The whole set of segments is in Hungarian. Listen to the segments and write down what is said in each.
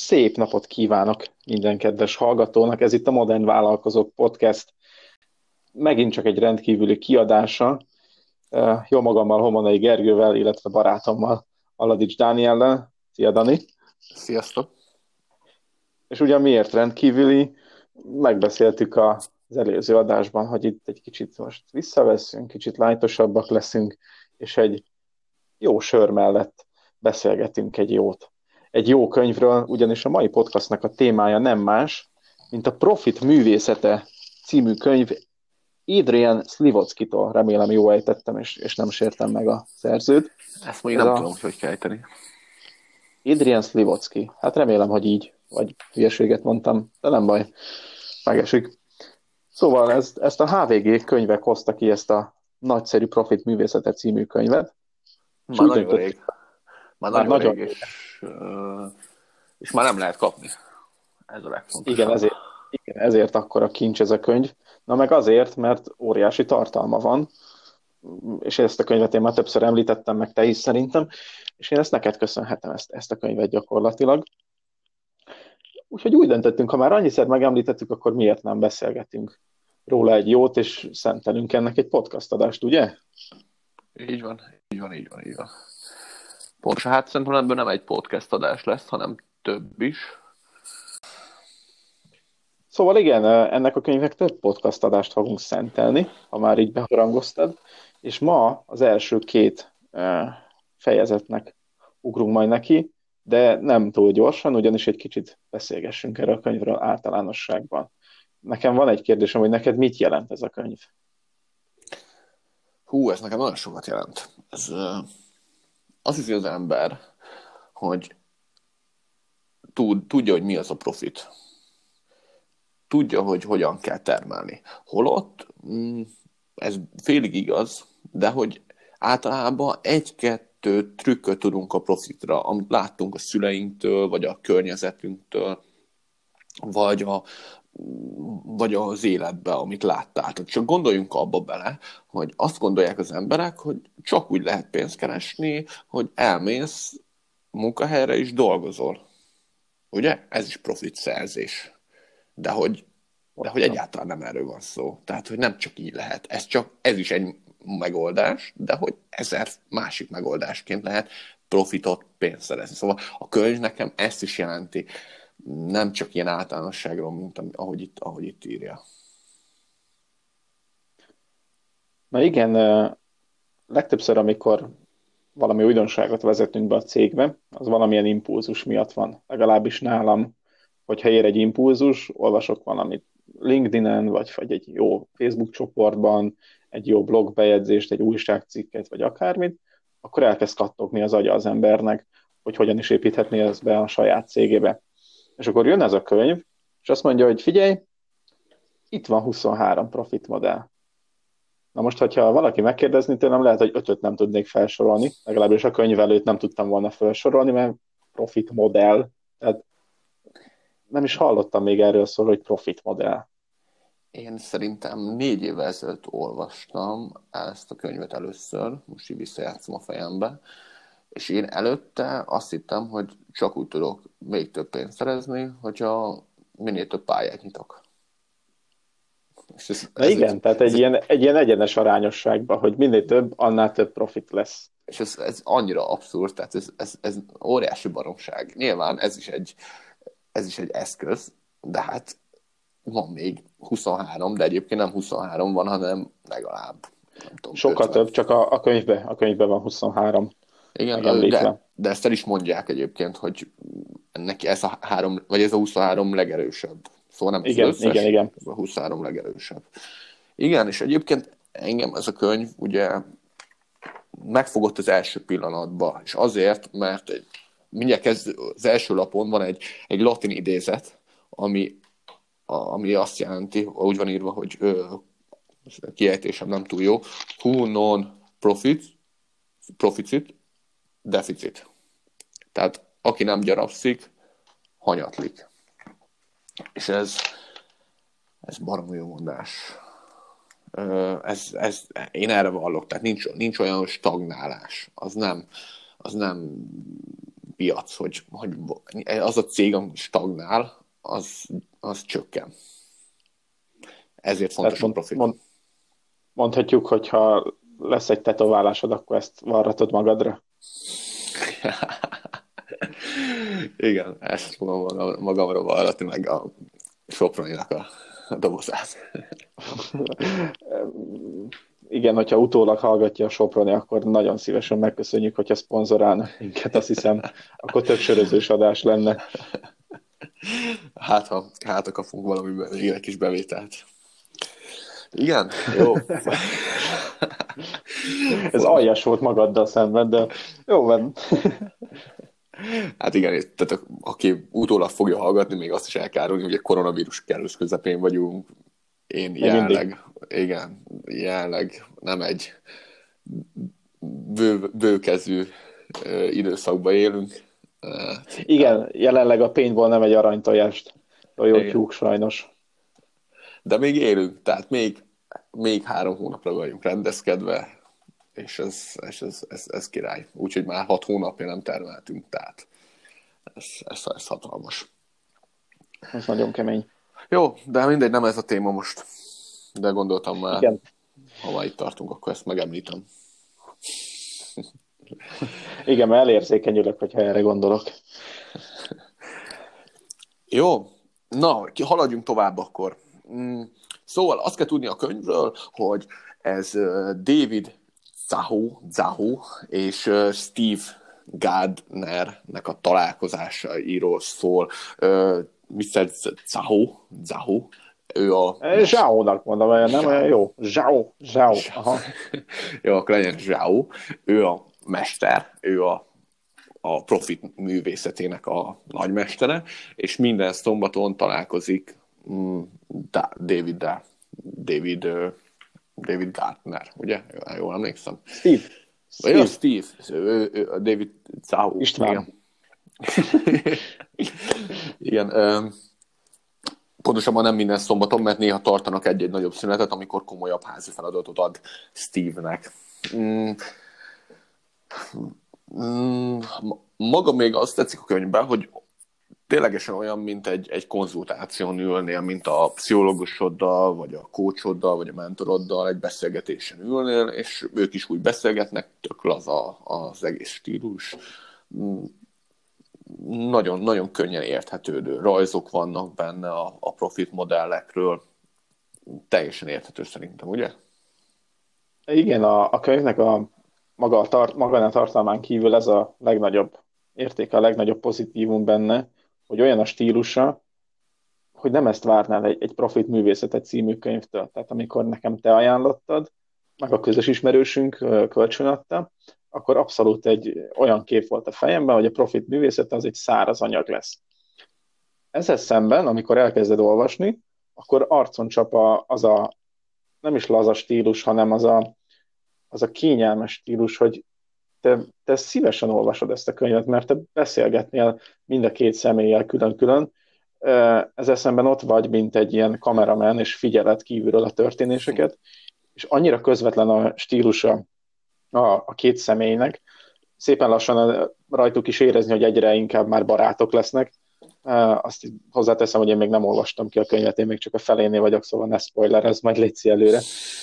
Szép napot kívánok minden kedves hallgatónak. Ez itt a Modern Vállalkozók Podcast. Megint csak egy rendkívüli kiadása. Jó magammal, Homonai Gergővel, illetve barátommal, Aladics Dániellel. Szia, Dani! Sziasztok! És ugyan miért rendkívüli? Megbeszéltük az előző adásban, hogy itt egy kicsit most visszaveszünk, kicsit lájtosabbak leszünk, és egy jó sör mellett beszélgetünk egy jót. Egy jó könyvről, ugyanis a mai podcastnak a témája nem más, mint a Profit művészete című könyv Adrian Slivotskitól. Remélem jól ejtettem, és nem sértem meg a szerzőt. Ezt még nem tudom, hogy kell ejteni. Adrian Slivotski. Hát remélem, hogy így, vagy hülyeséget mondtam, de nem baj, megesik. Szóval ezt a HVG könyvek hozta ki, ezt a nagyszerű Profit művészete című könyvet. Már nagyon rég. Már nagyon rég, és már nem lehet kapni. Ez a legfontosabb. Igen, ezért akkora kincs ez a könyv. Na meg azért, mert óriási tartalma van, és ezt a könyvet én már többször említettem, meg te is szerintem, és én ezt neked köszönhetem, ezt a könyvet gyakorlatilag. Úgyhogy úgy döntöttünk, ha már annyiszer megemlítettük, akkor miért nem beszélgetünk róla egy jót, és szentelünk ennek egy podcast adást, ugye? Így van. Pontosan, hát szerintem ebből nem egy podcast adás lesz, hanem több is. Szóval igen, ennek a könyvnek több podcast adást fogunk szentelni, ha már így beharangoztad, és ma az első két fejezetnek ugrunk majd neki, de nem túl gyorsan, ugyanis egy kicsit beszélgessünk erről a könyvről általánosságban. Nekem van egy kérdésem, hogy neked mit jelent ez a könyv? Ez nekem nagyon sokat jelent. Ez azt hiszi az ember, hogy tudja, hogy mi az a profit. Tudja, hogy hogyan kell termelni. Holott, ez félig igaz, de hogy általában egy-kettő trükköt tudunk a profitra, amit láttunk a szüleinktől, vagy a környezetünktől, vagy az életben, amit láttál. Csak gondoljunk abba bele, hogy azt gondolják az emberek, hogy csak úgy lehet pénzt keresni, hogy elmész munkahelyre és dolgozol. Ugye? Ez is profit szerzés. De hogy egyáltalán nem erről van szó. Tehát, hogy nem csak így lehet. Ez is egy megoldás, de hogy 1000 másik megoldásként lehet profitot, pénzt szerezni. Szóval a könyv nekem ezt is jelenti. Nem csak ilyen általánosságról, mint ahogy itt írja. Na igen, legtöbbször, amikor valami újdonságot vezetünk be a cégbe, az valamilyen impulzus miatt van. Legalábbis nálam, hogyha ér egy impulzus, olvasok valamit LinkedIn-en, vagy egy jó Facebook csoportban, egy jó blogbejegyzést, egy újságcikket, vagy akármit, akkor elkezd kattogni az agya az embernek, hogy hogyan is építhetné ezt be a saját cégébe. És akkor jön ez a könyv, és azt mondja, hogy figyelj, itt van 23 profit modell. Na most, hogyha valaki megkérdezni tőlem, lehet, hogy 5-öt nem tudnék felsorolni, legalábbis a könyv előtt nem tudtam volna felsorolni, mert profit modell, tehát nem is hallottam még erről szól, hogy profit modell. Én szerintem 4 évvel ezelőtt olvastam ezt a könyvet először, most így visszajátszom a fejembe, és én előtte azt hittem, hogy csak úgy tudok még több pénzt szerezni, hogyha minél több pályát nyitok. Igen, tehát egy ilyen egyenes arányosságban, hogy minél több, annál több profit lesz. És ez annyira abszurd, tehát ez óriási baromság. Nyilván ez is egy eszköz, de hát van még 23, de egyébként nem 23 van, hanem legalább, nem tudom, sokkal 50. több, csak a könyvben van 23. Igen, de ezt el is mondják egyébként, hogy neki ez a 3, vagy ez a 23 legerősebb. Szóval nem igen, az összes, igen. ez a 23 legerősebb. Igen, és egyébként engem ez a könyv ugye megfogott az első pillanatban, és azért, mert mindjárt az első lapon van egy latin idézet, ami azt jelenti, úgy van írva, hogy kiejtésem nem túl jó, who non proficit, deficit. Tehát aki nem gyarapszik, hanyatlik. És ez baromi jó mondás. Én erre vallok, tehát nincs olyan stagnálás. Az nem piac, hogy az a cég, ami stagnál, az csökken. Ezért fontos a profit. Mondhatjuk, hogy ha lesz egy tetoválásod, akkor ezt varratod magadra. Igen, ezt fogom magamra varratni, meg a Soproninak a dobozát. Igen, hogyha utólag hallgatja a Soproni, akkor nagyon szívesen megköszönjük, hogyha szponzorálnak minket, azt hiszem, akkor több sörözős adás lenne. Hát kapunk valamiben még egy kis bevételt. Igen, jó. Ez aljas volt magaddal szemben, de jó van. Hát igen, tehát aki utólag fogja hallgatni, még azt is elkárolni, hogy a koronavírus kellős közepén vagyunk. Én jelenleg nem egy bőkezű időszakban élünk. Igen, jelenleg a paintball nem egy aranytojást tojó sajnos. De még élünk, tehát még 3 hónapra vagyunk rendezkedve, és ez király. Úgyhogy már 6 hónapja nem termeltünk, tehát ez hatalmas. Ez nagyon kemény. Jó, de mindegy, nem ez a téma most. De gondoltam már, igen. Ha már itt tartunk, akkor ezt megemlítem. Igen, mert elérzékenyülök, hogyha erre gondolok. Jó, na, haladjunk tovább akkor. Szóval azt kell tudni a könyvről, hogy ez David Zaho és Steve Gardnernek a találkozásairól szól. Mr. Zaho, ő a... Zhao-nak mondom, nem olyan jó. Zhao. Aha. Jó, akkor legyen Zhao. Ő a mester, ő a profit művészetének a nagymestere, és minden szombaton találkozik David Gardner, ugye? Jól emlékszem. Steve. David Zhao. István. Igen. Pontosabban nem minden szombaton, mert néha tartanak egy-egy nagyobb szünetet, amikor komolyabb házi feladatot ad Steve-nek. Maga még azt tetszik a könyvben, hogy ténylegesen olyan, mint egy konzultáción ülnél, mint a pszichológusoddal, vagy a coachoddal, vagy a mentoroddal egy beszélgetésen ülnél, és ők is úgy beszélgetnek, tök laza az egész stílus. Nagyon, nagyon könnyen érthetődő rajzok vannak benne a profit modellekről. Teljesen érthető szerintem, ugye? Igen, a könyvnek maga a tartalmán kívül ez a legnagyobb értéke, a legnagyobb pozitívum benne, hogy olyan a stílusa, hogy nem ezt várnál egy Profit művészete című könyvtől. Tehát amikor nekem te ajánlottad, meg a közös ismerősünk kölcsönadta, akkor abszolút egy olyan kép volt a fejemben, hogy a Profit művészete az egy száraz anyag lesz. Ezzel szemben, amikor elkezded olvasni, akkor arcon csap az a nem is laza stílus, hanem az a kényelmes stílus, hogy te szívesen olvasod ezt a könyvet, mert te beszélgetnél mind a két személlyel külön-külön. Ezzel szemben ott vagy, mint egy ilyen kameraman, és figyeled kívülről a történéseket, és annyira közvetlen a stílusa a két személynek, szépen lassan rajtuk is érezni, hogy egyre inkább már barátok lesznek. Azt hozzáteszem, hogy én még nem olvastam ki a könyvet, én még csak a felénél vagyok, szóval ne spoilerezz, majd létszi előre.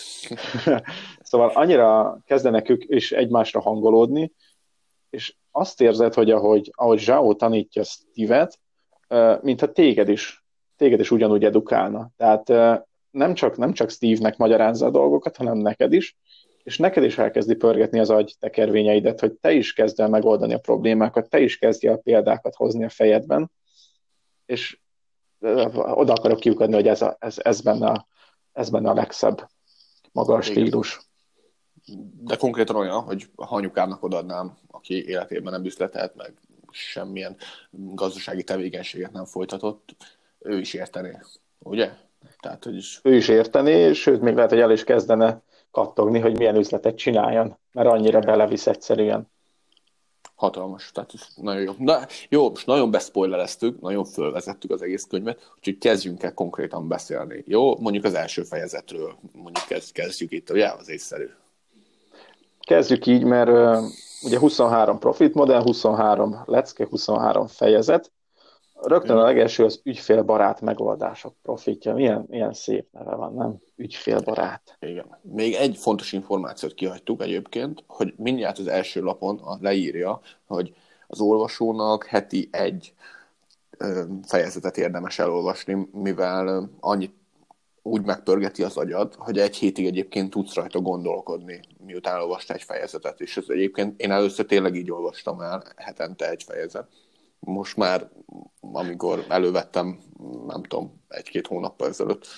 Szóval annyira kezdenek ők is egymásra hangolódni, és azt érzed, hogy ahogy Zhao tanítja Steve-et, mintha téged is ugyanúgy edukálna. Tehát nem csak Steve-nek magyarázza a dolgokat, hanem neked is, és neked is elkezdi pörgetni az agy tekervényeidet, hogy te is kezd el megoldani a problémákat, te is kezdj el példákat hozni a fejedben, és oda akarok kiukadni, hogy ez benne a legszebb maga a stílus. De konkrétan olyan, hogy ha anyukámnak odaadnám, aki életében nem üzletelt, meg semmilyen gazdasági tevékenységet nem folytatott, ő is értené, ugye? Tehát, hogy ő is értené, sőt, még lehet, hogy el is kezdene kattogni, hogy milyen üzletet csináljon, mert annyira belevisz egyszerűen. Hatalmas, tehát ez nagyon jó. De jó, most nagyon beszpoilereztük, nagyon fölvezettük az egész könyvet, úgyhogy kezdjünk el konkrétan beszélni. Jó, mondjuk az első fejezetről, mondjuk kezdjük itt, ugye, az észszerű. Kezdjük így, mert ugye 23 profit modell, 23 lecke, 23 fejezet. Rögtön a Mhm. legelső az ügyfélbarát megoldások profitja. Milyen szép neve van, nem? Ügyfélbarát. Igen. Még egy fontos információt kihagytuk egyébként, hogy mindjárt az első lapon leírja, hogy az olvasónak heti egy fejezetet érdemes elolvasni, mivel annyit úgy megpörgeti az agyad, hogy egy hétig egyébként tudsz rajta gondolkodni, miután elolvasta egy fejezetet. És ez egyébként én először tényleg így olvastam el, hetente egy fejezet. Most már, amikor elővettem, nem tudom, egy-két hónappal ezelőtt,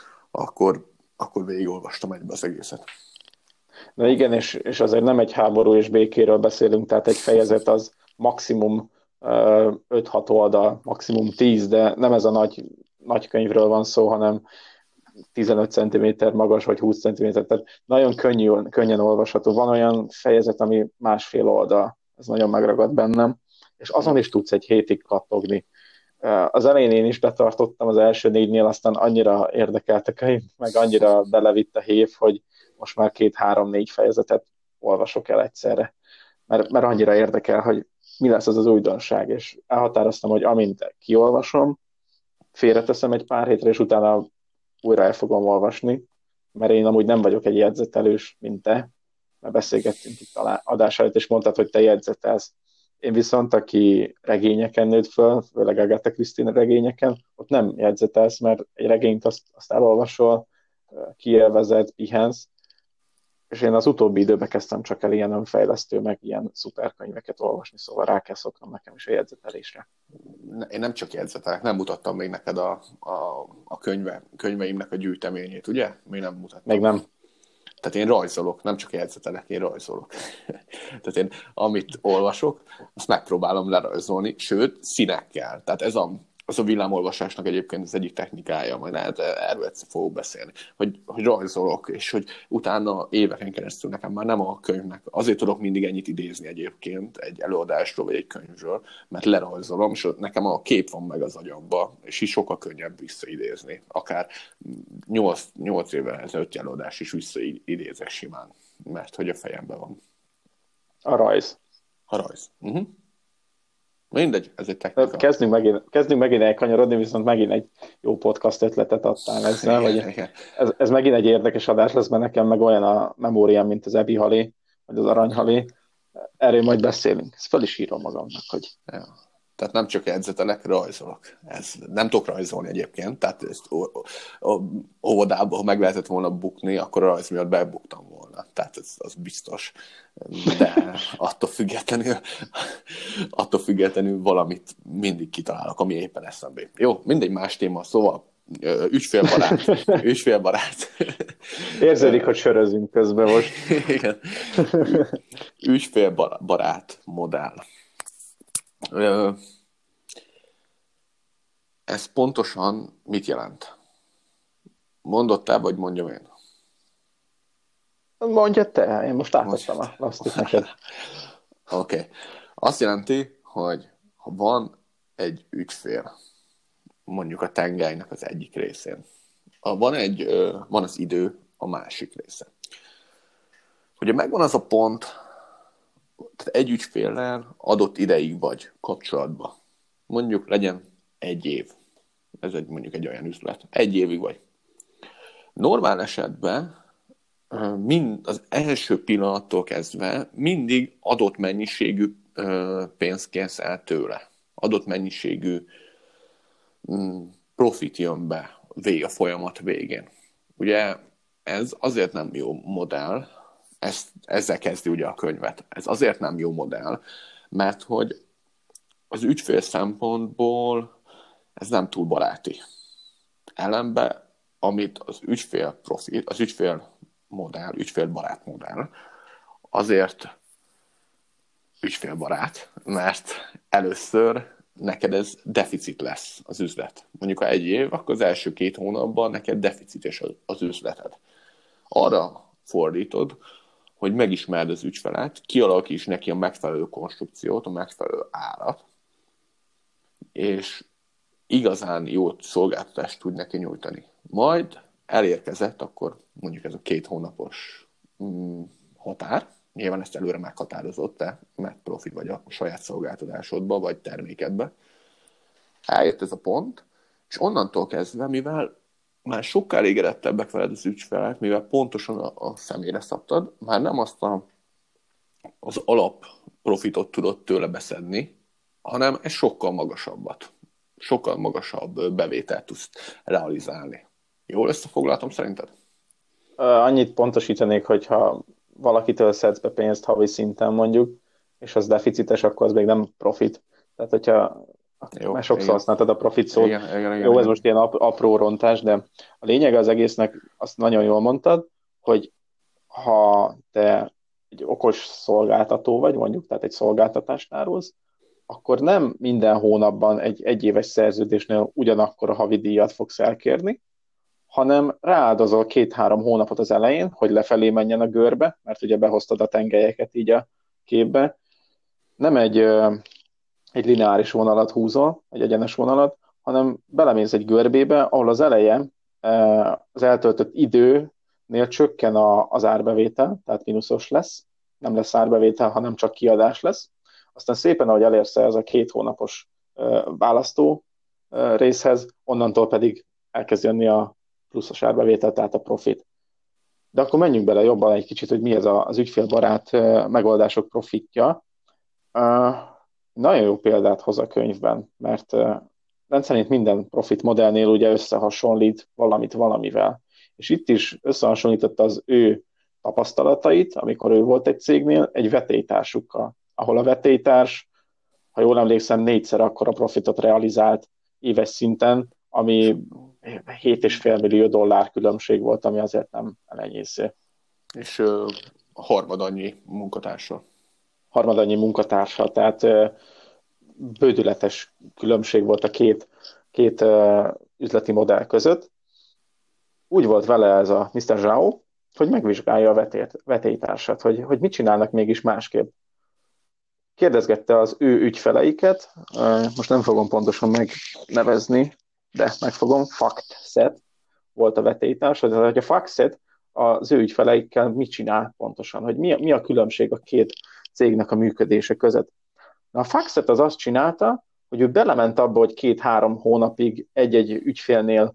akkor végigolvastam egybe az egészet. Na igen, és azért nem egy háború és békéről beszélünk, tehát egy fejezet az maximum 5-6 oldal, maximum 10, de nem ez a nagy könyvről van szó, hanem 15 cm magas, vagy 20 cm, tehát nagyon könnyen olvasható. Van olyan fejezet, ami másfél oldal, ez nagyon megragad bennem, és azon is tudsz egy hétig kattogni. Az elején én is betartottam az első 4-nél, aztán annyira érdekelt a könyv, meg annyira belevitt a hév, hogy most már 2-3-4 fejezetet olvasok el egyszerre, mert annyira érdekel, hogy mi lesz az az újdonság, és elhatároztam, hogy amint kiolvasom, félreteszem egy pár hétre, és utána újra el fogom olvasni, mert én amúgy nem vagyok egy jegyzetelős, mint te, mert beszélgettünk itt adás előtt, és mondtad, hogy te jegyzetelsz. Én viszont, aki regényeken nőtt föl, főleg Agatha Christie regényeken, ott nem jegyzetelsz, mert egy regényt azt elolvasol, kielvezed, pihensz, és én az utóbbi időben kezdtem csak el ilyen önfejlesztő, meg ilyen szuperkönyveket olvasni, szóval rá kell szoknom nekem is a jegyzetelésre. Én nem csak jegyzetelek, nem mutattam még neked a könyveimnek a gyűjteményét, ugye? Még nem Még mutattam. nem. Tehát én rajzolok, nem csak jegyzetelek, én rajzolok. Tehát én amit olvasok, azt megpróbálom lerajzolni, sőt, színekkel. Tehát az a villámolvasásnak egyébként az egyik technikája, majd erről egyszer fogok beszélni, hogy rajzolok, és hogy utána éveken keresztül nekem már nem a könyvnek, azért tudok mindig ennyit idézni egyébként egy előadásról vagy egy könyvről, mert lerajzolom, és nekem a kép van meg az agyamba, és így sokkal könnyebb visszaidézni. Akár 8 évvel ezelőtti előadás is visszaidézek simán, mert hogy a fejemben van. A rajz. A rajz. Mindegy, ez egy technika. Kezdünk megint elkanyarodni, viszont megint egy jó podcast ötletet adtál ezzel, Igen, hogy igen. ez megint egy érdekes adás lesz, mert nekem meg olyan a memóriám, mint az Ebi halé, vagy az aranyhalé. Erről majd beszélünk. Ezt fel is írom magamnak, hogy Ja. Tehát nem csak jegyzetelek, rajzolok. Nem tudok rajzolni egyébként, tehát ezt óvodában, ha meg lehetett volna bukni, akkor a rajz miatt bebuktam volna. Tehát ez az biztos. De attól függetlenül valamit mindig kitalálok, ami éppen eszembe. Jó, mindegy más téma, szóval ügyfélbarát. érződik, hogy sörözünk közben most. Igen. Ügyfélbarát modell. Ez pontosan mit jelent? Mondod te, vagy mondjam én? Mondja te, én most átadtam a lasztit neked. Oké. Azt jelenti, hogy ha van egy ügyfél, mondjuk a tengelynek az egyik részén, van az idő a másik része. Ugye megvan az a pont, tehát egy ügyféllel adott ideig vagy kapcsolatban. Mondjuk legyen 1 év. Ez mondjuk egy olyan üzlet. 1 évig vagy. Normál esetben az első pillanattól kezdve mindig adott mennyiségű pénzt kérsz el tőle. Adott mennyiségű profit jön be a folyamat végén. Ugye ez azért nem jó modell, ezzel kezdi ugye a könyvet. Ez azért nem jó modell, mert hogy az ügyfél szempontból ez nem túl baráti. Ellenben, amit az ügyfélbarát modell, azért ügyfélbarát, mert először neked ez deficit lesz az üzlet. Mondjuk ha 1 év, akkor az első 2 hónapban neked deficites az üzleted. Arra fordítod, hogy megismerd az ügyfelet, kialakíts neki a megfelelő konstrukciót, a megfelelő árat, és igazán jó szolgáltatást tud neki nyújtani. Majd elérkezett akkor mondjuk ez a 2 hónapos határ, nyilván ezt előre meghatározott, te meg profit vagy a saját szolgáltatásodba, vagy termékedbe. Eljött ez a pont, és onnantól kezdve, mivel már sokkal elégedettebbek veled az ügyfelek, mivel pontosan a személyre szabtad, már nem az alap profitot tudod tőle beszedni, hanem egy sokkal magasabbat. Sokkal magasabb bevételt tudsz realizálni. Jól összefoglaltam szerinted? Annyit pontosítanék, hogyha valakitől szedsz be pénzt havi szinten mondjuk, és az deficites, akkor az még nem profit. Tehát, hogyha Jó, már sokszor igen. használtad a profit szót, jó, ez Igen. most ilyen apró rontás, de a lényege az egésznek, azt nagyon jól mondtad, hogy ha te egy okos szolgáltató vagy, mondjuk, tehát egy szolgáltatást árulsz, akkor nem minden hónapban egy egyéves szerződésnél ugyanakkor a havi díjat fogsz elkérni, hanem rááldozol 2-3 hónapot az elején, hogy lefelé menjen a görbe, mert ugye behoztad a tengelyeket így a képbe. Nem egy lineáris vonalat húzol, egy egyenes vonalat, hanem belemész egy görbébe, ahol az eleje az eltöltött időnél csökken az árbevétel, tehát mínuszos lesz, nem lesz árbevétel, hanem csak kiadás lesz. Aztán szépen, ahogy elérsz ez a 2 hónapos választó részhez, onnantól pedig elkezd jönni a pluszos árbevétel, tehát a profit. De akkor menjünk bele jobban egy kicsit, hogy mi ez az ügyfélbarát megoldások profitja. Nagyon jó példát hoz a könyvben, mert rendszerint minden profit modellnél ugye összehasonlít valamit valamivel. És itt is összehasonlította az ő tapasztalatait, amikor ő volt egy cégnél, egy vetélytársukkal, ahol a vetélytárs, ha jól emlékszem, 4-szer akkora profitot realizált éves szinten, ami 7,5 millió dollár különbség volt, ami azért nem elenyésző. És harmad annyi munkatársa. Harmad annyi munkatársa, tehát bődületes különbség volt a két üzleti modell között. Úgy volt vele ez a Mr. Zhao, hogy megvizsgálja a vetélytársat, hogy mit csinálnak mégis másképp. Kérdezgette az ő ügyfeleiket, most nem fogom pontosan megnevezni, de megfogom, FactSet volt a vetélytárs, hogy a FactSet az ő ügyfeleikkel mit csinál pontosan, hogy mi a különbség a két cégnek a működése között. Na, a FactSet az azt csinálta, hogy ő belement abba, hogy 2-3 hónapig egy-egy ügyfélnél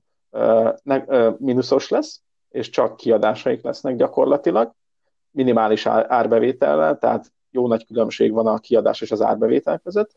mínuszos lesz, és csak kiadásaik lesznek gyakorlatilag, minimális árbevétellel, tehát jó nagy különbség van a kiadás és az árbevétel között,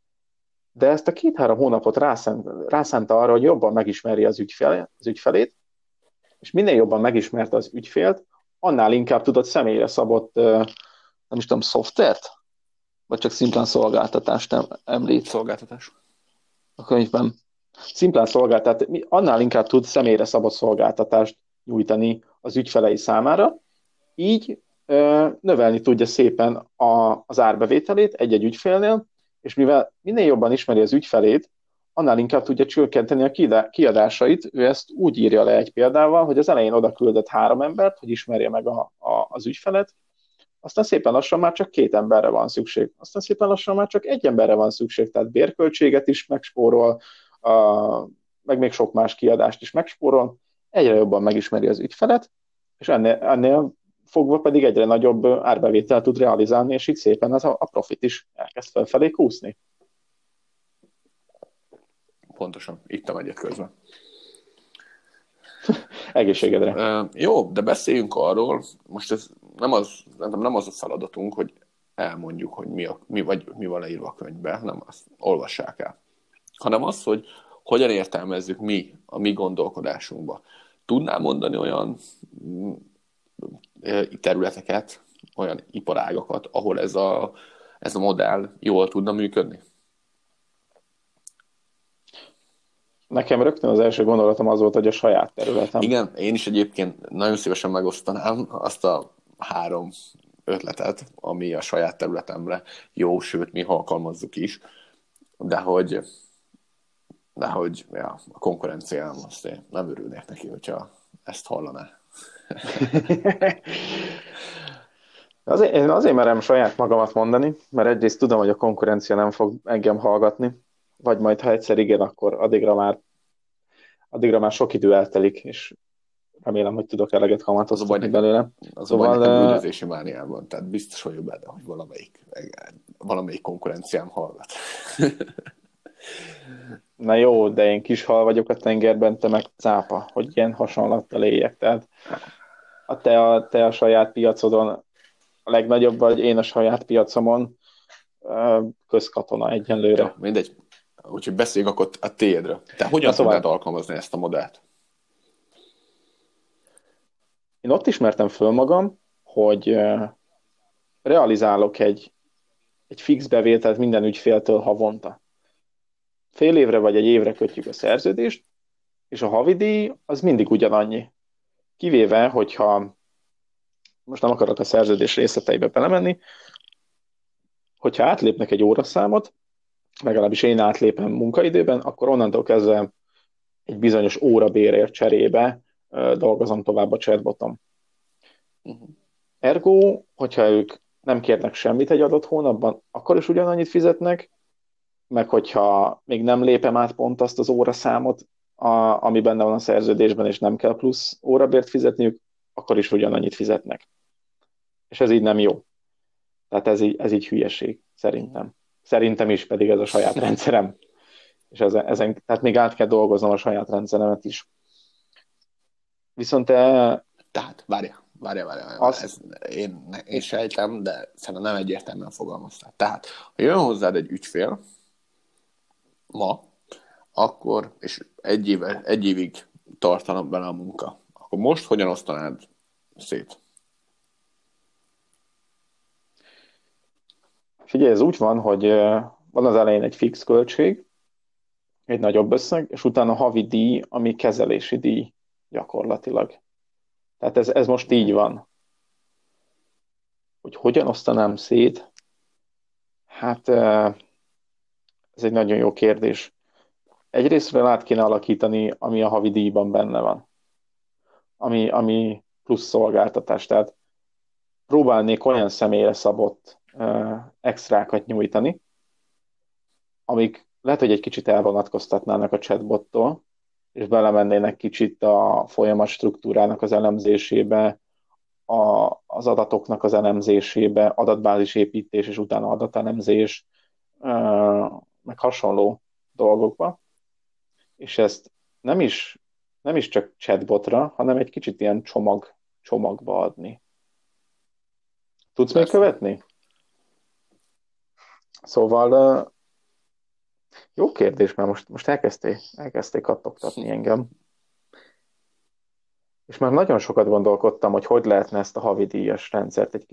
de ezt a 2-3 hónapot rászánta arra, hogy jobban megismerje az ügyfelét, és minél jobban megismerte az ügyfélt, annál inkább tudott személyre szabott, nem is tudom, szoftvert? Vagy csak szimplán szolgáltatást említ? Szolgáltatás. A könyvben. Szimplán szolgáltat, annál inkább tud személyre szabott szolgáltatást nyújtani az ügyfelei számára, így növelni tudja szépen az árbevételét egy-egy ügyfélnél, és mivel minél jobban ismeri az ügyfelét, annál inkább tudja csökkenteni a kiadásait. Ő ezt úgy írja le egy példával, hogy az elején oda küldött 3 embert, hogy ismerje meg az ügyfelet, aztán szépen lassan már csak 2 emberre van szükség, aztán szépen lassan már csak 1 emberre van szükség, tehát bérköltséget is megspórol, meg még sok más kiadást is megspórol, egyre jobban megismeri az ügyfelet, és ennél fogva pedig egyre nagyobb árbevételt tud realizálni, és így szépen a profit is elkezd felfelé kúszni. Pontosan, ittam egyet közben. Egészségedre. Jó, de beszéljünk arról, most ez nem az a feladatunk, hogy elmondjuk, hogy mi van leírva a könyvben, nem azt olvassák el, hanem az, hogy hogyan értelmezzük mi a mi gondolkodásunkba. Tudnál mondani olyan területeket, olyan iparágakat, ahol ez a modell jól tudna működni? Nekem rögtön az első gondolatom az volt, hogy a saját területem. Igen, én is egyébként nagyon szívesen megosztanám azt a 3 ötletet, ami a saját területemre jó, sőt, mi alkalmazzuk is, de hogy ja, a konkurenciám, azt én nem örülnék neki, hogyha ezt hallaná. Én azért merem saját magamat mondani, mert egyrészt tudom, hogy a konkurencia nem fog engem hallgatni, vagy majd ha egyszer igen, akkor addigra már sok idő eltelik, és remélem, hogy tudok eleget Az a baj kamatoztatni nekem, belőle. az a baj Szóval nekem üldözési mániában, tehát biztos vagyok benne, hogy valamelyik konkurenciám hallgat. na jó, de én kis hal vagyok a tengerben, te meg cápa, hogy ilyen hasonlattal éljek. Tehát te a saját piacodon a legnagyobb vagy, én a saját piacomon közkatona Jó, egyenlőre. mindegy. Úgyhogy beszéljünk akkor a tiédről. Te Na hogyan tudnád szóval, alkalmazni ezt a modellt? én ott ismertem föl magam, hogy realizálok egy fix bevételt minden ügyféltől havonta. Fél évre vagy egy évre kötjük a szerződést, és a havidíj az mindig ugyanannyi. Kivéve, hogyha most nem akarok a szerződés részleteibe belemenni, hogyha átlépnek egy óraszámot, legalábbis én átlépem munkaidőben, akkor onnantól kezdve egy bizonyos órabérért cserébe dolgozom tovább a chatbotom. Uh-huh. Ergo, hogyha ők nem kérnek semmit egy adott hónapban, akkor is ugyanannyit fizetnek, meg hogyha még nem lépem át pont azt az óraszámot, ami benne van a szerződésben, és nem kell plusz órabért fizetniük, akkor is ugyanannyit fizetnek. És ez így nem jó. Tehát ez így hülyeség, szerintem. Szerintem is, pedig ez a saját rendszerem. És tehát még át kell dolgoznom a saját rendszeremet is. Viszont Tehát, várja. az, Én sejtem, de szerintem nem egyértelműen fogalmaztál. Tehát, ha jön hozzád egy ügyfél ma, akkor, és egy évig tartana bele a munka, akkor most hogyan osztanád szét? figyelj, ez úgy van, hogy van az elején egy fix költség, egy nagyobb összeg, és utána havi díj, ami kezelési díj gyakorlatilag. Tehát ez most így van. Hogy hogyan osztanám szét? Hát ez egy nagyon jó kérdés. Egyrésztről át kéne alakítani, ami a havi díjban benne van. Ami plusz szolgáltatás. Tehát próbálnék olyan személyre szabott extrákat nyújtani, amik lehet, hogy egy kicsit elvonatkoztatnának a chatbottól, és belemennének kicsit a folyamat struktúrának az elemzésébe, az adatoknak az elemzésébe, adatbázis építés és utána adatelemzés, meg hasonló dolgokba. És ezt nem is, nem is csak chatbotra, hanem egy kicsit ilyen csomagba adni. Tudsz még Persze. követni? Szóval jó kérdés, mert most elkezdték kattogtatni engem. És már nagyon sokat gondolkodtam, hogy lehetne ezt a havidíjas rendszert egy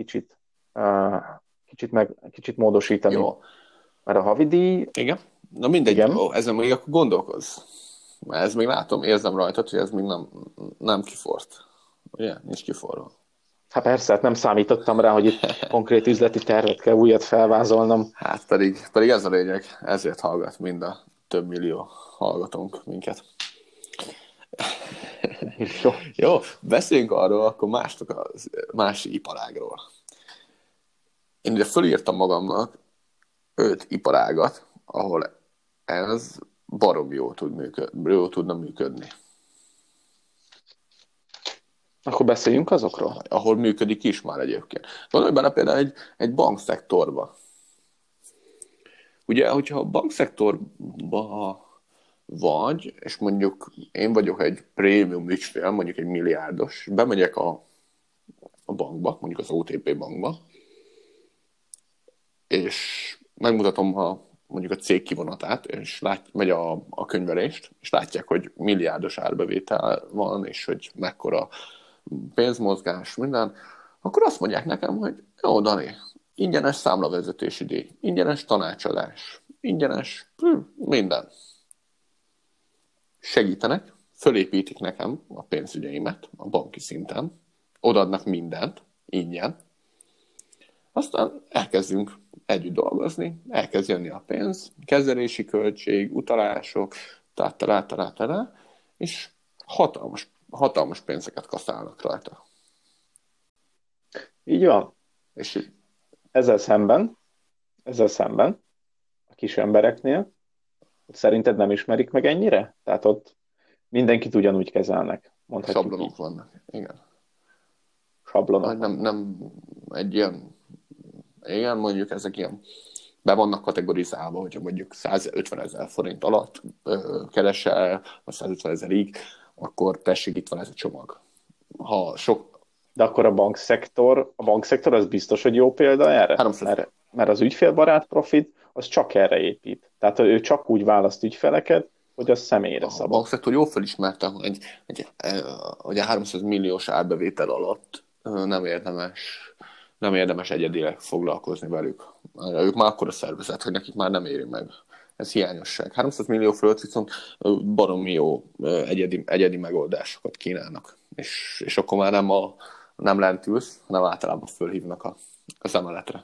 kicsit módosítani. Jó. Mert a havidíj, Igen? Na mindegy, igen, ezen még akkor gondolkozz. Mert ez még látom, érzem rajtad, hogy ez még nem kifort. Ugye? Nincs kiforva. hát persze, hát nem számítottam rá, hogy itt konkrét üzleti tervet kell újat felvázolnom. Hát pedig ez a lényeg, ezért hallgat mind a több millió hallgatónk minket. Jó. Jó, beszéljünk arról, akkor más iparágról. Én ugye fölírtam magamnak 5 iparágat, ahol ez barom jól tudna működni. Akkor beszéljünk azokról. Ahol működik is már egyébként. Gondolj bele például egy bankszektorba. Ugye, hogyha a bankszektorba vagy, és mondjuk én vagyok egy prémium ügyfél, mondjuk egy milliárdos, bemegyek a bankba, mondjuk az OTP bankba, és megmutatom mondjuk a cég kivonatát, és megy a könyvelést, és látják, hogy milliárdos árbevétel van, és hogy mekkora pénzmozgás, minden, akkor azt mondják nekem, hogy jó, Dani, ingyenes számlavezetési díj, ingyenes tanácsadás, ingyenes minden. Segítenek, fölépítik nekem a pénzügyeimet a banki szinten, odaadnak mindent, ingyen, aztán elkezdünk együtt dolgozni, elkezd jönni a pénz, kezelési költség, utalások, és hatalmas pénzeket kaszálnak rajta. Így van. És Ezzel szemben a kis embereknél szerinted nem ismerik meg ennyire? Tehát ott mindenkit ugyanúgy kezelnek. mondhatjuk Sablonok így. vannak, igen. Sablonok Vagy vannak. nem egy ilyen, igen, mondjuk ezek ilyen be vannak kategorizálva, hogyha mondjuk 150 000 forint alatt keresel, vagy 150 000-ig, akkor tessék, itt van ez a csomag. Ha sok, De akkor a bankszektor az biztos, hogy jó példa erre? 300, Mert az ügyfélbarát profit az csak erre épít. Tehát ő csak úgy választ ügyfeleket, hogy az személyre a szabott. bankszektor jól felismerte, hogy a 300 milliós árbevétel alatt nem érdemes egyedileg foglalkozni velük. Ők már akkora szervezet, hogy nekik már nem éri meg. Ez hiányosság. 300 millió fölött viszont baromi jó egyedi megoldásokat kínálnak. És akkor már nem lent ülsz, hanem általában fölhívnak az emeletre.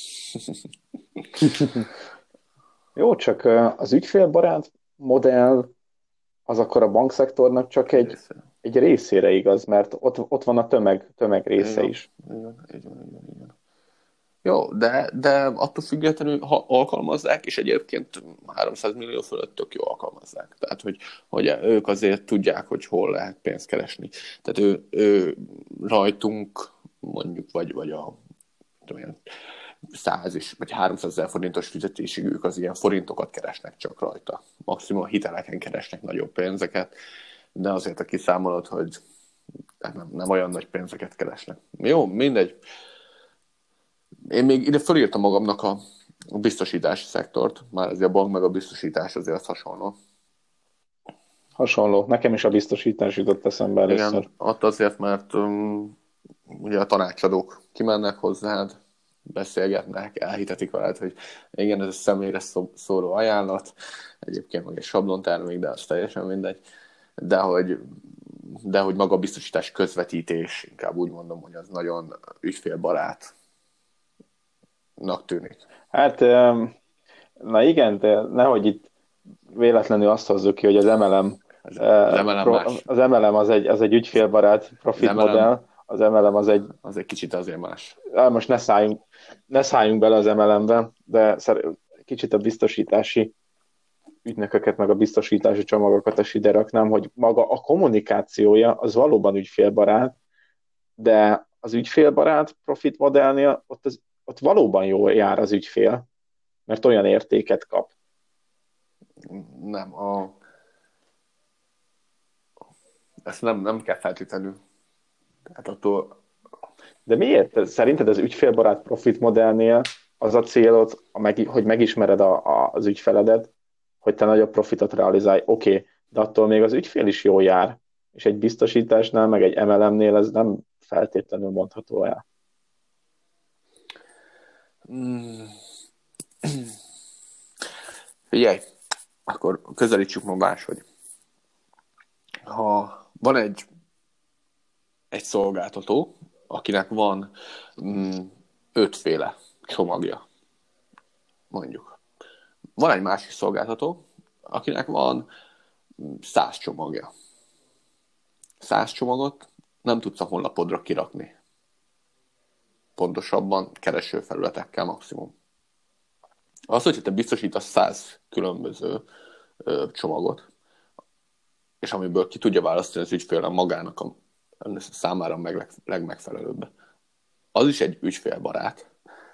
Jó, csak az ügyfélbarát modell az akkor a bankszektornak csak Egy egy, része. egy részére igaz, mert ott van a tömeg része Igen, is. igen, igen, igen, igen. Jó, de attól függetlenül, ha alkalmazzák, és egyébként 300 millió fölött tök jó alkalmazzák. Tehát, hogy ők azért tudják, hogy hol lehet pénzt keresni. Tehát ő rajtunk mondjuk, vagy a tudom én, 100 vagy 300 000 forintos fizetésig ők az ilyen forintokat keresnek csak rajta. Maximum a hiteleken keresnek nagyobb pénzeket, de azért a kiszámolod, hogy nem olyan nagy pénzeket keresnek. Jó, mindegy. Én még ide fölírtam magamnak a biztosítási szektort, már azért a bank meg a biztosítás azért az hasonló. Hasonló. Nekem is a biztosítás jutott eszembe Igen, először. ott azért, mert ugye a tanácsadók kimennek hozzád, beszélgetnek, elhitetik veled, hogy igen, ez a személyre szóló ajánlat, egyébként meg egy sablontermék, de az teljesen mindegy, de hogy, de hogy maga a biztosítás közvetítés, inkább úgy mondom, hogy az nagyon ügyfélbarátnak tűnik. Hát, na igen, de nehogy itt véletlenül azt hozzuk ki, hogy az MLM, Az MLM más. az MLM az egy ügyfélbarát Az profit MLM modell, az MLM az egy, az egy kicsit azért más. most ne szálljunk bele az MLM-be, de kicsit a biztosítási ügynököket, meg a biztosítási csomagokat is ide raknám, hogy maga a kommunikációja az valóban ügyfélbarát, de az ügyfélbarát profit modellnél ott valóban jól jár az ügyfél, mert olyan értéket kap. Nem, ezt nem kell feltétlenül. Tehát attól De miért? Szerinted az ügyfélbarát profit modellnél az a célod, hogy megismered az ügyfeledet, hogy te nagyobb profitot realizálj. Oké, de attól még az ügyfél is jól jár, és egy biztosításnál, meg egy MLM-nél ez nem feltétlenül mondható el. Mm, figyelj, akkor közelítsük ma máshogy. Ha van egy szolgáltató, akinek van 5 csomagja, mondjuk. Van egy másik szolgáltató, akinek van 100 csomagja. 100 csomagot nem tudsz a honlapodra kirakni. Pontosabban keresőfelületekkel maximum. Az, hogyha te biztosítasz 100 különböző csomagot, és amiből ki tudja választani az ügyfél magának a számára legmegfelelőbb. Az is egy ügyfélbarát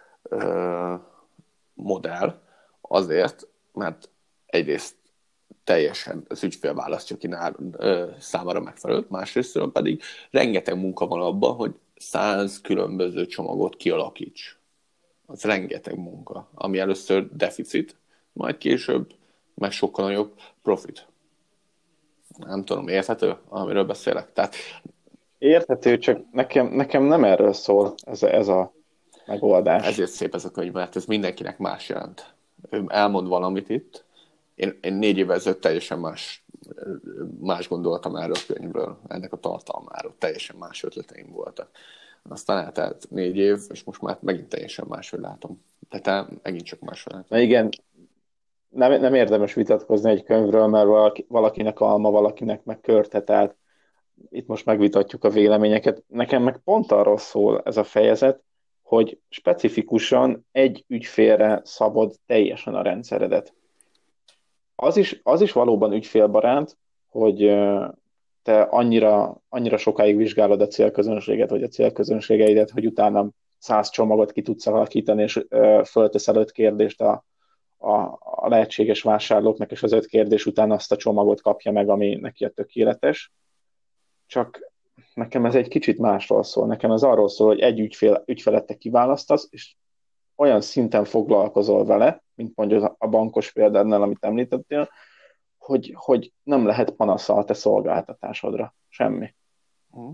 modell, azért, mert egyrészt teljesen az ügyfél választja ki számára megfelelőt, másrészt pedig rengeteg munka van abban, hogy 100 különböző csomagot kialakíts. Az rengeteg munka, ami először deficit, majd később meg sokkal nagyobb profit. Nem tudom, érthető, amiről beszélek? Tehát Érthető, csak nekem nem erről szól ez a megoldás. ezért szép ez a könyv, mert ez mindenkinek más jelent. Ő elmond valamit itt. Én 4 évvel ezelőtt teljesen más gondoltam erről a könyvről, ennek a tartalmáról. Teljesen más ötleteim voltak. Aztán eltelt 4 év, és most már megint teljesen máshogy látom. De te megint csak máshogy látom. Na igen, nem érdemes vitatkozni egy könyvről, mert valakinek alma, valakinek meg körtetelt. Itt most megvitatjuk a véleményeket. Nekem meg pont arról szól ez a fejezet, hogy specifikusan egy ügyfélre szabod teljesen a rendszeredet. Az is valóban ügyfélbarát, hogy te annyira sokáig vizsgálod a célközönséget, vagy a célközönségeidet, hogy utána 100 csomagot ki tudsz alakítani, és fölteszel 5 kérdést a lehetséges vásárlóknak, és az 5 kérdés után azt a csomagot kapja meg, ami neki a tökéletes. Csak nekem ez egy kicsit másról szól. Nekem ez arról szól, hogy egy ügyfelet te kiválasztasz, és olyan szinten foglalkozol vele, mint mondjuk a bankos példánál, amit említettél, hogy nem lehet panasza a te szolgáltatásodra. Semmi. Hm.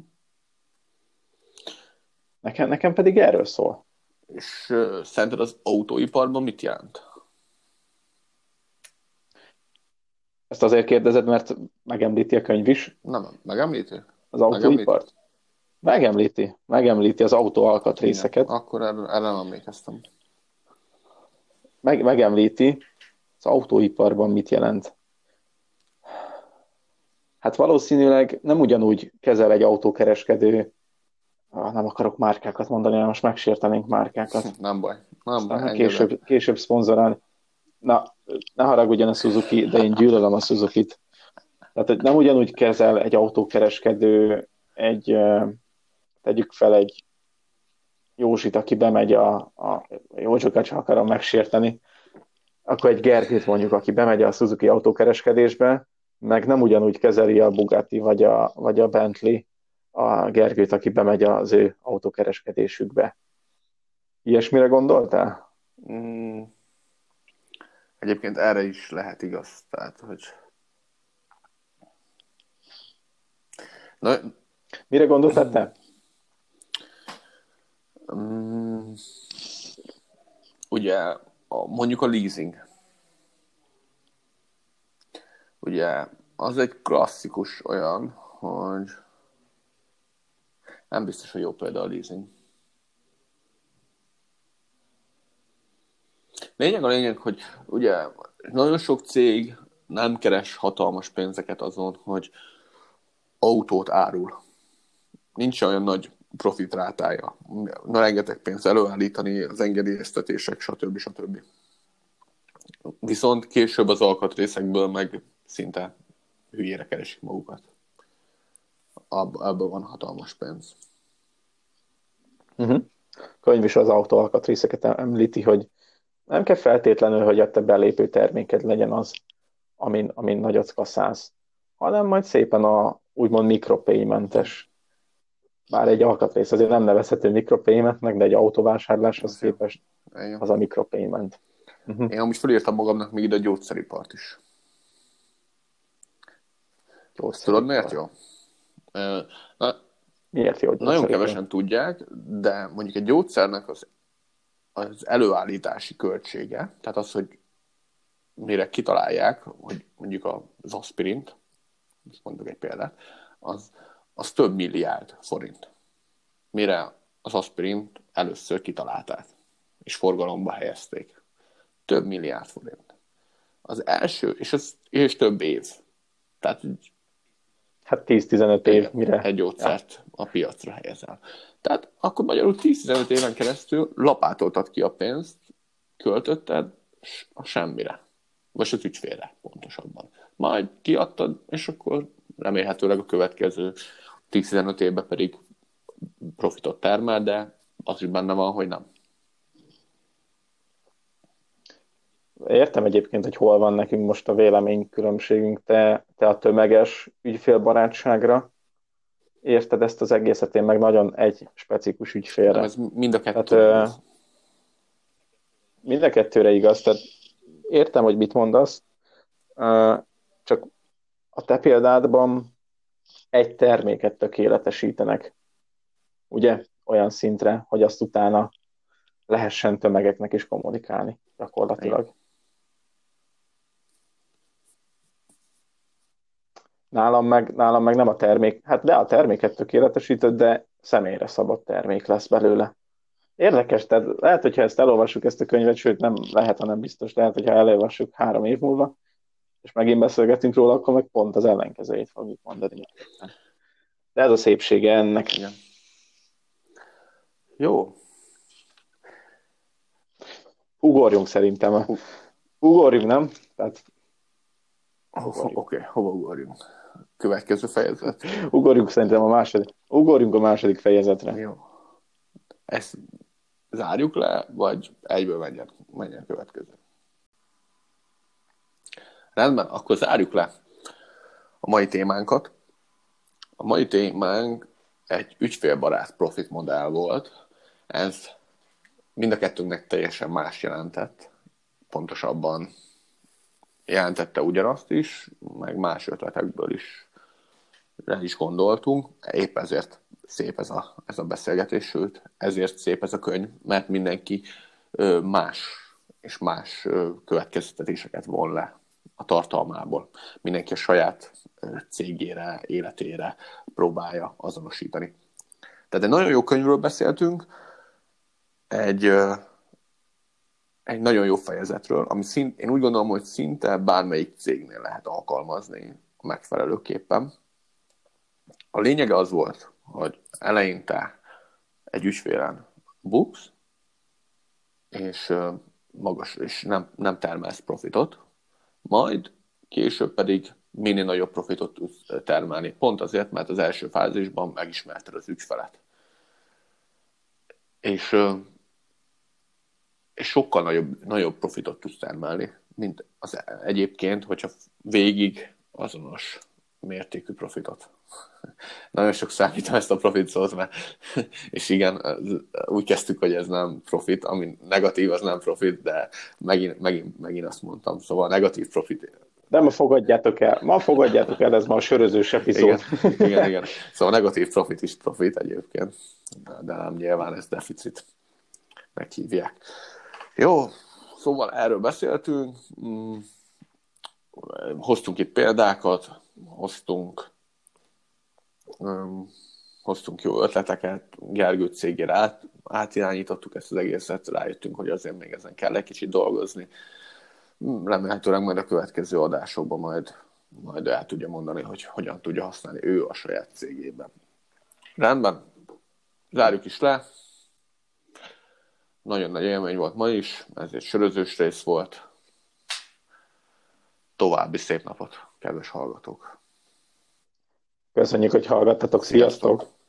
Nekem pedig erről szól. És szerinted az autóiparban mit jelent? Ezt azért kérdezed, mert megemlíti a könyv is Nem, megemlíti? az autóipart? Megemlíti az autó alkatrészeket. Igen, akkor erre nem emlékeztem. Megemlíti az autóiparban mit jelent. Hát valószínűleg nem ugyanúgy kezel egy autókereskedő, nem akarok márkákat mondani, most megsértenénk márkákat. Nem baj. Nem baj, később szponzorálni. Na, ne haragudjon a Suzuki, de én gyűlölöm a Suzukit. Tehát nem ugyanúgy kezel egy autókereskedő tegyük fel egy Józsit, aki bemegy a Józsokat sem akarom megsérteni, akkor egy Gergőt mondjuk, aki bemegy a Suzuki autókereskedésbe, meg nem ugyanúgy kezeli a Bugatti vagy a Bentley a Gergőt, aki bemegy az ő autókereskedésükbe. Ilyesmire gondoltál? Egyébként erre is lehet igaz. Tehát, hogy... Mire gondoltál te? Ugye mondjuk a leasing. Ugye az egy klasszikus olyan, hogy nem biztos, hogy jó példa a leasing. A lényeg, hogy ugye nagyon sok cég nem keres hatalmas pénzeket azon, hogy autót árul. Nincs olyan nagy profitrátája. Rengeteg pénzt előállítani, az engedélyeztetések, stb. Viszont később az alkatrészekből meg szinte hülyére keresik magukat. Ebből van hatalmas pénz. Könyv is az autó alkatrészeket említi, hogy nem kell feltétlenül, hogy a te belépő terméked legyen az, amin nagyot kaszálsz, hanem majd szépen a úgymond mikropaymentes. Bár egy alkatrész azért nem nevezhető mikropaymentnek, de egy autóvásárláshoz képest az a mikropayment. Én amúgy felírtam magamnak még ide a gyógyszeripart is. Tudod, miért jó? Miért jó? Nagyon kevesen tudják, de mondjuk egy gyógyszernek az előállítási költsége, tehát az, hogy mire kitalálják, hogy mondjuk az aspirint, most mondok egy példát, az több milliárd forint. Mire az aspirint először kitalálták, és forgalomba helyezték. Több milliárd forint. Az első, és több év. Tehát hát 10-15 év, mire egy gyógyszert a piacra helyezel. Tehát akkor magyarul 10-15 éven keresztül lapátoltad ki a pénzt, költötted a semmire. Vagy az ügyfélre, pontosabban. Majd kiadtad, és akkor remélhetőleg a következő 10-15 évben pedig profitot termel, de az is benne van, hogy nem. Értem egyébként, hogy hol van nekünk most a véleménykülönbségünk. Te a tömeges ügyfélbarátságra érted ezt az egészet, én meg nagyon egy specifikus ügyfélre. Nem, ez mind a kettő igaz. Mind a kettőre igaz. Tehát értem, hogy mit mondasz, csak a te példádban egy terméket tökéletesítenek, ugye, olyan szintre, hogy azt utána lehessen tömegeknek is kommunikálni gyakorlatilag. Nálam meg nem a termék, hát de a terméket tökéletesített, de személyre szabott termék lesz belőle. Érdekes, tehát lehet, hogyha ezt elolvassuk, ezt a könyvet, sőt nem lehet, hanem biztos, lehet, hogyha elolvassuk 3 év múlva, és megint beszélgetünk róla, akkor meg pont az ellenkezőjét fogjuk mondani. De ez a szépsége ennek. Igen. Jó. Ugorjunk szerintem. Ugorjunk, nem? Tehát... Oké, hova ugorjunk? Következő fejezet. Ugorjunk a második fejezetre. Jó. Ezt zárjuk le, vagy egyből menjen a következő. Rendben, akkor zárjuk le a mai témánkat. A mai témánk egy ügyfélbarát profit modell volt. Ez mind a kettőnknek teljesen más jelentett. Pontosabban jelentette ugyanazt is, meg más ötletekből is rá is gondoltunk. Épp ezért szép ez a beszélgetés, sőt, ezért szép ez a könyv, mert mindenki más és más következtetéseket von le a tartalmából. Mindenki a saját cégére, életére próbálja azonosítani. Tehát egy nagyon jó könyvről beszéltünk, egy nagyon jó fejezetről, ami én úgy gondolom, hogy szinte bármelyik cégnél lehet alkalmazni megfelelőképpen. A lényege az volt, hogy eleinte egy ügyfélen buksz, és magas, és nem termelsz profitot, majd később pedig minél nagyobb profitot tudsz termelni. Pont azért, mert az első fázisban megismerted az ügyfelet. És sokkal nagyobb profitot tudsz termelni, mint egyébként, hogyha végig azonos mértékű profitot. Nagyon sok számítom ezt a profit szót, mert és igen, úgy kezdtük, hogy ez nem profit, ami negatív, az nem profit, de megint azt mondtam, szóval negatív profit. De ma fogadjátok el, ez ma a sörözős epizód. Igen. Szóval negatív profit is profit egyébként, de nem nyilván ez deficit meghívják. Jó, szóval erről beszéltünk, hoztunk itt példákat, hoztunk jó ötleteket, Gergő cégére átirányítottuk ezt az egészet, rájöttünk, hogy azért még ezen kell egy kicsit dolgozni. Remélhetőleg majd a következő adásokban majd el tudja mondani, hogy hogyan tudja használni ő a saját cégében. Rendben, zárjuk is le. Nagyon nagy élmény volt ma is, ez egy sörözős rész volt. További szép napot, kedves hallgatók! Köszönjük, hogy hallgattatok, sziasztok!